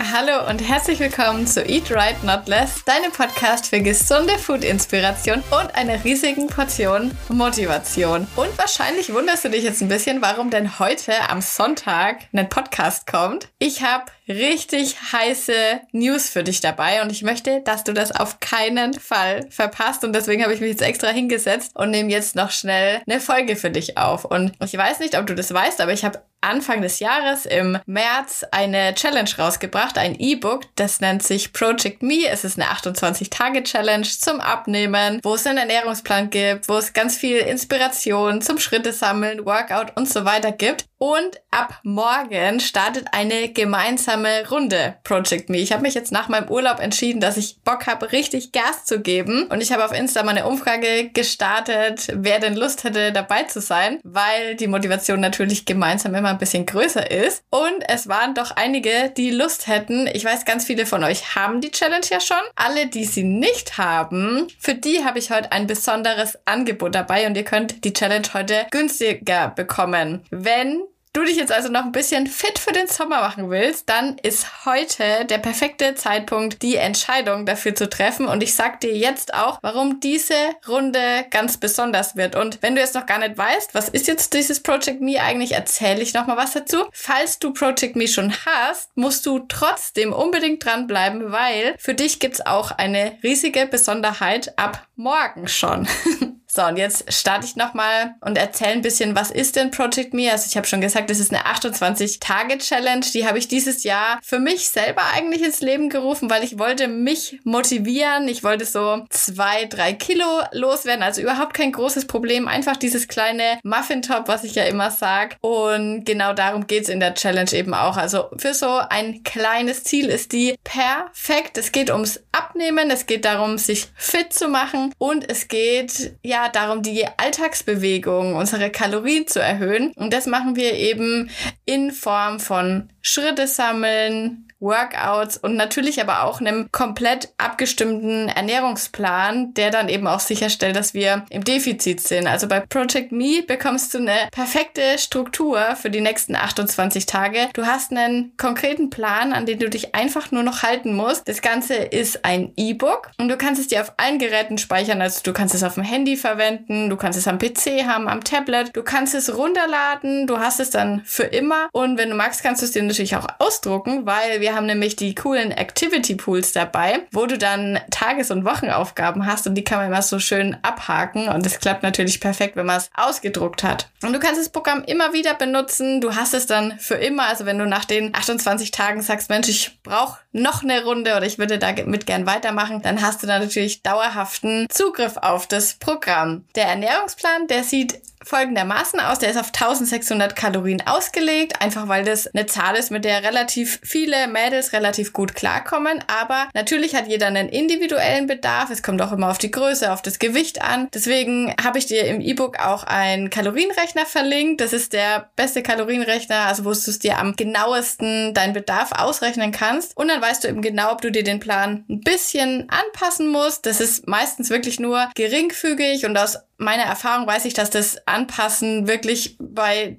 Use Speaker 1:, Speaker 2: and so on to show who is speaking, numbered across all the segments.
Speaker 1: Hallo und herzlich willkommen zu Eat Right Not Less, deinem Podcast für gesunde Food-Inspiration und einer riesigen Portion Motivation. Und wahrscheinlich wunderst du dich jetzt ein bisschen, warum denn heute am Sonntag ein Podcast kommt. Ich habe richtig heiße News für dich dabei und ich möchte, dass du das auf keinen Fall verpasst und deswegen habe ich mich jetzt extra hingesetzt und nehme jetzt noch schnell eine Folge für dich auf. Und ich weiß nicht, ob du das weißt, aber ich habe Anfang des Jahres im März eine Challenge rausgebracht, ein E-Book, das nennt sich Project Me. Es ist eine 28-Tage-Challenge zum Abnehmen, wo es einen Ernährungsplan gibt, wo es ganz viel Inspiration zum Schrittesammeln, Workout und so weiter gibt. Und ab morgen startet eine gemeinsame Runde Project Me. Ich habe mich jetzt nach meinem Urlaub entschieden, dass ich Bock habe, richtig Gas zu geben. Und ich habe auf Insta mal eine Umfrage gestartet, wer denn Lust hätte, dabei zu sein, weil die Motivation natürlich gemeinsam immer ein bisschen größer ist. Und es waren doch einige, die Lust hätten. Ich weiß, ganz viele von euch haben die Challenge ja schon. Alle, die sie nicht haben, für die habe ich heute ein besonderes Angebot dabei und ihr könnt die Challenge heute günstiger bekommen. Wenn du dich jetzt also noch ein bisschen fit für den Sommer machen willst, dann ist heute der perfekte Zeitpunkt, die Entscheidung dafür zu treffen. Und ich sag dir jetzt auch, warum diese Runde ganz besonders wird. Und wenn du jetzt noch gar nicht weißt, was ist jetzt dieses Project Me eigentlich, erzähle ich nochmal was dazu. Falls du Project Me schon hast, musst du trotzdem unbedingt dranbleiben, weil für dich gibt's auch eine riesige Besonderheit ab morgen schon. So, und jetzt starte ich nochmal und erzähle ein bisschen, was ist denn Project Me? Also ich habe schon gesagt, das ist eine 28-Tage-Challenge. Die habe ich dieses Jahr für mich selber eigentlich ins Leben gerufen, weil ich wollte mich motivieren. Ich wollte so 2-3 Kilo loswerden, also überhaupt kein großes Problem. Einfach dieses kleine Muffin-Top, was ich ja immer sage. Und genau darum geht's in der Challenge eben auch. Also für so ein kleines Ziel ist die perfekt. Es geht ums Abnehmen, es geht darum, sich fit zu machen und es geht darum, die Alltagsbewegung, unsere Kalorien zu erhöhen. Und das machen wir eben in Form von Schritte sammeln, Workouts und natürlich aber auch einem komplett abgestimmten Ernährungsplan, der dann eben auch sicherstellt, dass wir im Defizit sind. Also bei Project Me bekommst du eine perfekte Struktur für die nächsten 28 Tage. Du hast einen konkreten Plan, an den du dich einfach nur noch halten musst. Das Ganze ist ein E-Book und du kannst es dir auf allen Geräten speichern. Also du kannst es auf dem Handy verwenden, du kannst es am PC haben, am Tablet, du kannst es runterladen, du hast es dann für immer und wenn du magst, kannst du es dir natürlich auch ausdrucken, weil wir haben nämlich die coolen Activity Pools dabei, wo du dann Tages- und Wochenaufgaben hast und die kann man immer so schön abhaken und das klappt natürlich perfekt, wenn man es ausgedruckt hat. Und du kannst das Programm immer wieder benutzen, du hast es dann für immer, also wenn du nach den 28 Tagen sagst, Mensch, ich brauche noch eine Runde oder ich würde damit gern weitermachen, dann hast du da natürlich dauerhaften Zugriff auf das Programm. Der Ernährungsplan, der sieht folgendermaßen aus, der ist auf 1600 Kalorien ausgelegt, einfach weil das eine Zahl ist, mit der relativ viele Mädels relativ gut klarkommen, aber natürlich hat jeder einen individuellen Bedarf, es kommt auch immer auf die Größe, auf das Gewicht an, deswegen habe ich dir im E-Book auch einen Kalorienrechner verlinkt, das ist der beste Kalorienrechner, also wo du es dir am genauesten deinen Bedarf ausrechnen kannst und dann weißt du eben genau, ob du dir den Plan ein bisschen anpassen musst, das ist meistens wirklich nur geringfügig und aus meiner Erfahrung weiß ich, dass das Anpassen wirklich bei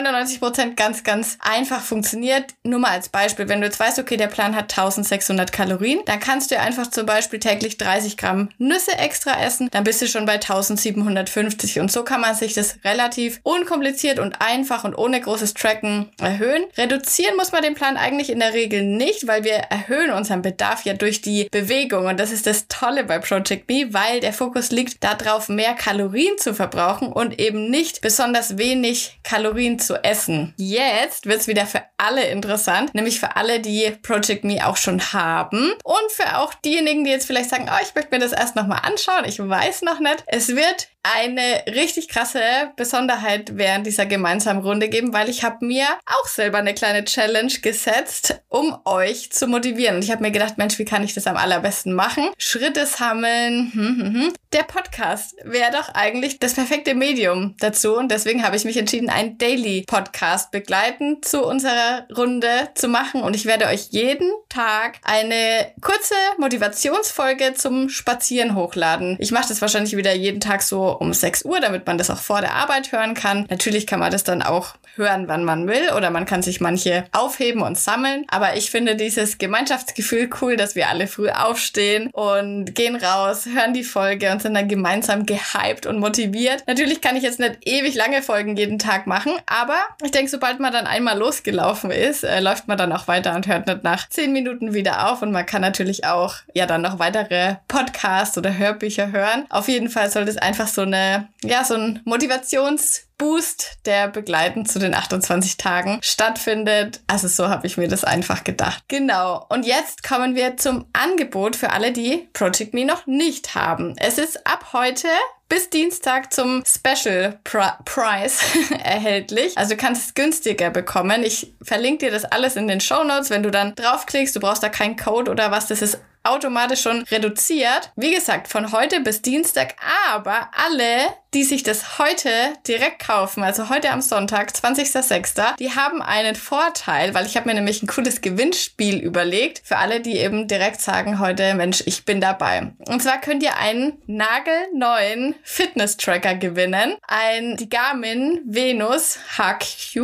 Speaker 1: 99% ganz, ganz einfach funktioniert. Nur mal als Beispiel, wenn du jetzt weißt, okay, der Plan hat 1600 Kalorien, dann kannst du einfach zum Beispiel täglich 30 Gramm Nüsse extra essen, dann bist du schon bei 1750 und so kann man sich das relativ unkompliziert und einfach und ohne großes Tracken erhöhen. Reduzieren muss man den Plan eigentlich in der Regel nicht, weil wir erhöhen unseren Bedarf ja durch die Bewegung und das ist das Tolle bei Project Me, weil der Fokus liegt darauf, mehr Kalorien zu verbrauchen und eben nicht besonders wenig Kalorien zu essen. Jetzt wird's wieder für alle interessant, nämlich für alle, die Project Me auch schon haben und für auch diejenigen, die jetzt vielleicht sagen, ich möchte mir das erst nochmal anschauen, ich weiß noch nicht. Es wird eine richtig krasse Besonderheit während dieser gemeinsamen Runde geben, weil ich habe mir auch selber eine kleine Challenge gesetzt, um euch zu motivieren. Und ich habe mir gedacht, Mensch, wie kann ich das am allerbesten machen? Schritte sammeln, Der Podcast wäre doch eigentlich das perfekte Medium dazu und deswegen habe ich mich entschieden, entschieden, einen Daily-Podcast begleitend zu unserer Runde zu machen. Und ich werde euch jeden Tag eine kurze Motivationsfolge zum Spazieren hochladen. Ich mache das wahrscheinlich wieder jeden Tag so um 6 Uhr, damit man das auch vor der Arbeit hören kann. Natürlich kann man das dann auch hören, wann man will, oder man kann sich manche aufheben und sammeln. Aber ich finde dieses Gemeinschaftsgefühl cool, dass wir alle früh aufstehen und gehen raus, hören die Folge und sind dann gemeinsam gehypt und motiviert. Natürlich kann ich jetzt nicht ewig lange Folgen jeden Tag machen, aber ich denke, sobald man dann einmal losgelaufen ist, läuft man dann auch weiter und hört nicht nach 10 Minuten wieder auf, und man kann natürlich auch dann noch weitere Podcasts oder Hörbücher hören. Auf jeden Fall soll das einfach so ein Motivationsboost, der begleitend zu den 28 Tagen stattfindet. Also so habe ich mir das einfach gedacht. Genau. Und jetzt kommen wir zum Angebot für alle, die Project Me noch nicht haben. Es ist ab heute bis Dienstag zum Special Price erhältlich. Also du kannst es günstiger bekommen. Ich verlinke dir das alles in den Shownotes. Wenn du dann draufklickst, du brauchst da keinen Code oder was, das ist automatisch schon reduziert. Wie gesagt, von heute bis Dienstag, aber alle, die sich das heute direkt kaufen, also heute am Sonntag, 20.06., die haben einen Vorteil, weil ich habe mir nämlich ein cooles Gewinnspiel überlegt für alle, die eben direkt sagen heute, Mensch, ich bin dabei. Und zwar könnt ihr einen nagelneuen Fitness-Tracker gewinnen. Die Garmin Venus HQ,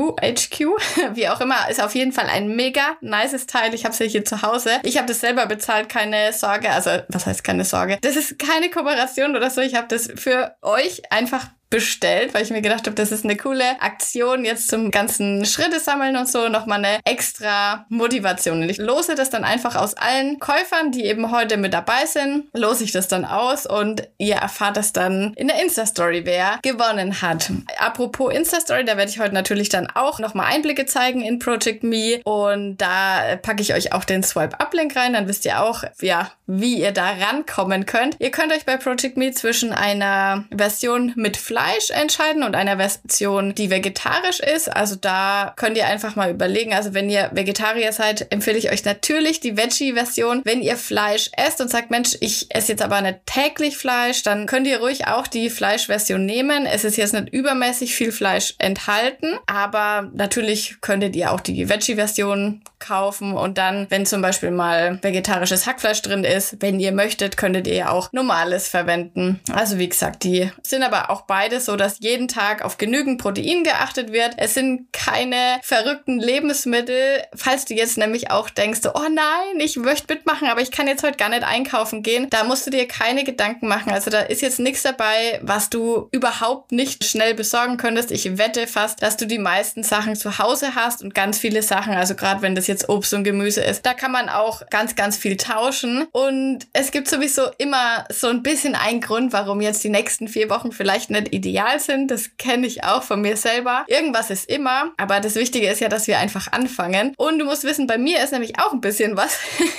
Speaker 1: wie auch immer, ist auf jeden Fall ein mega nices Teil. Ich habe es ja hier zu Hause. Ich habe das selber bezahlt, keine Sorge. Also, was heißt keine Sorge? Das ist keine Kooperation oder so. Ich habe das für euch einfach bestellt, weil ich mir gedacht habe, das ist eine coole Aktion jetzt zum ganzen Schritte sammeln und so, nochmal eine extra Motivation. Und ich lose das dann einfach aus allen Käufern, die eben heute mit dabei sind, lose ich das dann aus und ihr erfahrt das dann in der Insta-Story, wer gewonnen hat. Apropos Insta-Story, da werde ich heute natürlich dann auch nochmal Einblicke zeigen in Project Me, und da packe ich euch auch den Swipe-Up-Link rein, dann wisst ihr auch, wie ihr da rankommen könnt. Ihr könnt euch bei Project Me zwischen einer Version mit Fleisch entscheiden und einer Version, die vegetarisch ist. Also da könnt ihr einfach mal überlegen. Also wenn ihr Vegetarier seid, empfehle ich euch natürlich die Veggie-Version. Wenn ihr Fleisch esst und sagt, Mensch, ich esse jetzt aber nicht täglich Fleisch, dann könnt ihr ruhig auch die Fleischversion nehmen. Es ist jetzt nicht übermäßig viel Fleisch enthalten, aber natürlich könntet ihr auch die Veggie-Version kaufen, und dann, wenn zum Beispiel mal vegetarisches Hackfleisch drin ist, wenn ihr möchtet, könntet ihr auch normales verwenden. Also wie gesagt, die sind aber auch beides so, dass jeden Tag auf genügend Protein geachtet wird. Es sind keine verrückten Lebensmittel. Falls du jetzt nämlich auch denkst, oh nein, ich möchte mitmachen, aber ich kann jetzt heute gar nicht einkaufen gehen, da musst du dir keine Gedanken machen. Also da ist jetzt nichts dabei, was du überhaupt nicht schnell besorgen könntest. Ich wette fast, dass du die meisten Sachen zu Hause hast, und ganz viele Sachen, also gerade wenn das jetzt Obst und Gemüse ist, da kann man auch ganz, ganz viel tauschen. Und es gibt sowieso immer so ein bisschen einen Grund, warum jetzt die nächsten 4 Wochen vielleicht nicht ideal sind. Das kenne ich auch von mir selber. Irgendwas ist immer, aber das Wichtige ist ja, dass wir einfach anfangen. Und du musst wissen, bei mir ist nämlich auch ein bisschen was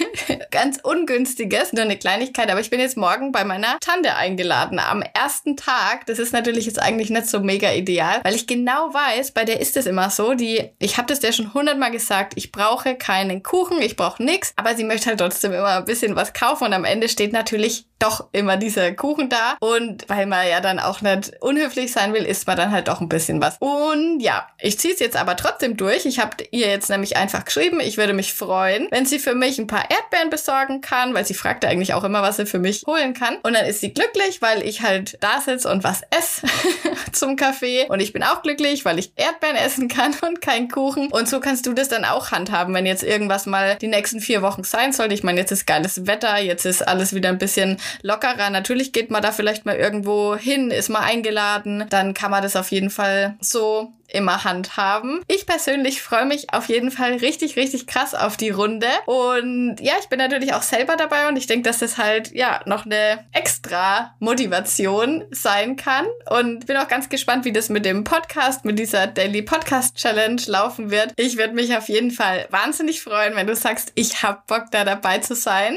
Speaker 1: ganz Ungünstiges, nur eine Kleinigkeit, aber ich bin jetzt morgen bei meiner Tante eingeladen. Am ersten Tag, das ist natürlich jetzt eigentlich nicht so mega ideal, weil ich genau weiß, bei der ist es immer so, ich habe das der schon 100-mal gesagt, ich brauche keinen Kuchen, ich brauche nichts, aber sie möchte halt trotzdem immer ein bisschen was kaufen, und am Ende steht natürlich doch immer dieser Kuchen da, und weil man ja dann auch nicht unhöflich sein will, isst man dann halt doch ein bisschen was. Und ja, ich ziehe es jetzt aber trotzdem durch. Ich habe ihr jetzt nämlich einfach geschrieben, ich würde mich freuen, wenn sie für mich ein paar Erdbeeren besorgen kann, weil sie fragte eigentlich auch immer, was sie für mich holen kann. Und dann ist sie glücklich, weil ich halt da sitze und was esse zum Kaffee. Und ich bin auch glücklich, weil ich Erdbeeren essen kann und keinen Kuchen. Und so kannst du das dann auch handhaben, wenn jetzt irgendwas mal die nächsten 4 Wochen sein sollte. Ich meine, jetzt ist geiles Wetter, jetzt ist alles wieder ein bisschen lockerer. Natürlich geht man da vielleicht mal irgendwo hin, ist mal eingeladen. Dann kann man das auf jeden Fall so immer handhaben. Ich persönlich freue mich auf jeden Fall richtig, richtig krass auf die Runde. Und ja, ich bin natürlich auch selber dabei, und ich denke, dass das halt noch eine extra Motivation sein kann. Und bin auch ganz gespannt, wie das mit dem Podcast, mit dieser Daily Podcast Challenge laufen wird. Ich würde mich auf jeden Fall wahnsinnig freuen, wenn du sagst, ich habe Bock, da dabei zu sein.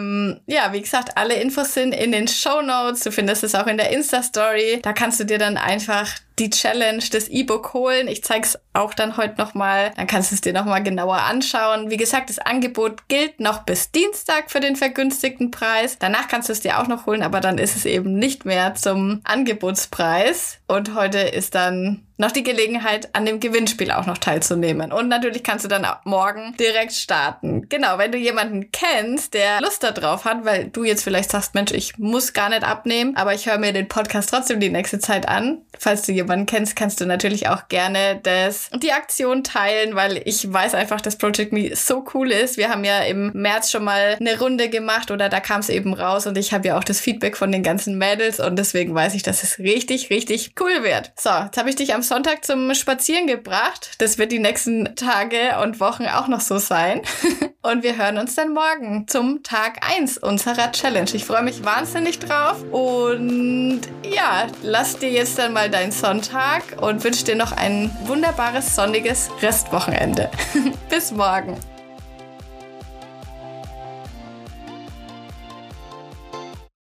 Speaker 1: Wie gesagt, alle Infos sind in den Shownotes. Du findest es auch in der Insta-Story. Da kannst du dir dann einfach die Challenge, das E-Book holen. Ich zeig's auch dann heute nochmal. Dann kannst du es dir nochmal genauer anschauen. Wie gesagt, das Angebot gilt noch bis Dienstag für den vergünstigten Preis. Danach kannst du es dir auch noch holen, aber dann ist es eben nicht mehr zum Angebotspreis. Und heute ist dann noch die Gelegenheit, an dem Gewinnspiel auch noch teilzunehmen. Und natürlich kannst du dann ab morgen direkt starten. Genau, wenn du jemanden kennst, der Lust darauf hat, weil du jetzt vielleicht sagst, Mensch, ich muss gar nicht abnehmen, aber ich höre mir den Podcast trotzdem die nächste Zeit an. Falls du jemanden kennst, kannst du natürlich auch gerne die Aktion teilen, weil ich weiß einfach, dass Project Me so cool ist. Wir haben ja im März schon mal eine Runde gemacht oder da kam es eben raus und ich habe ja auch das Feedback von den ganzen Mädels und deswegen weiß ich, dass es richtig, richtig cool wird. So, jetzt habe ich dich am Sonntag zum Spazieren gebracht. Das wird die nächsten Tage und Wochen auch noch so sein. Und wir hören uns dann morgen zum Tag 1 unserer Challenge. Ich freue mich wahnsinnig drauf und ja, lass dir jetzt dann mal deinen Sonntag und wünsche dir noch ein wunderbares, sonniges Restwochenende. Bis morgen.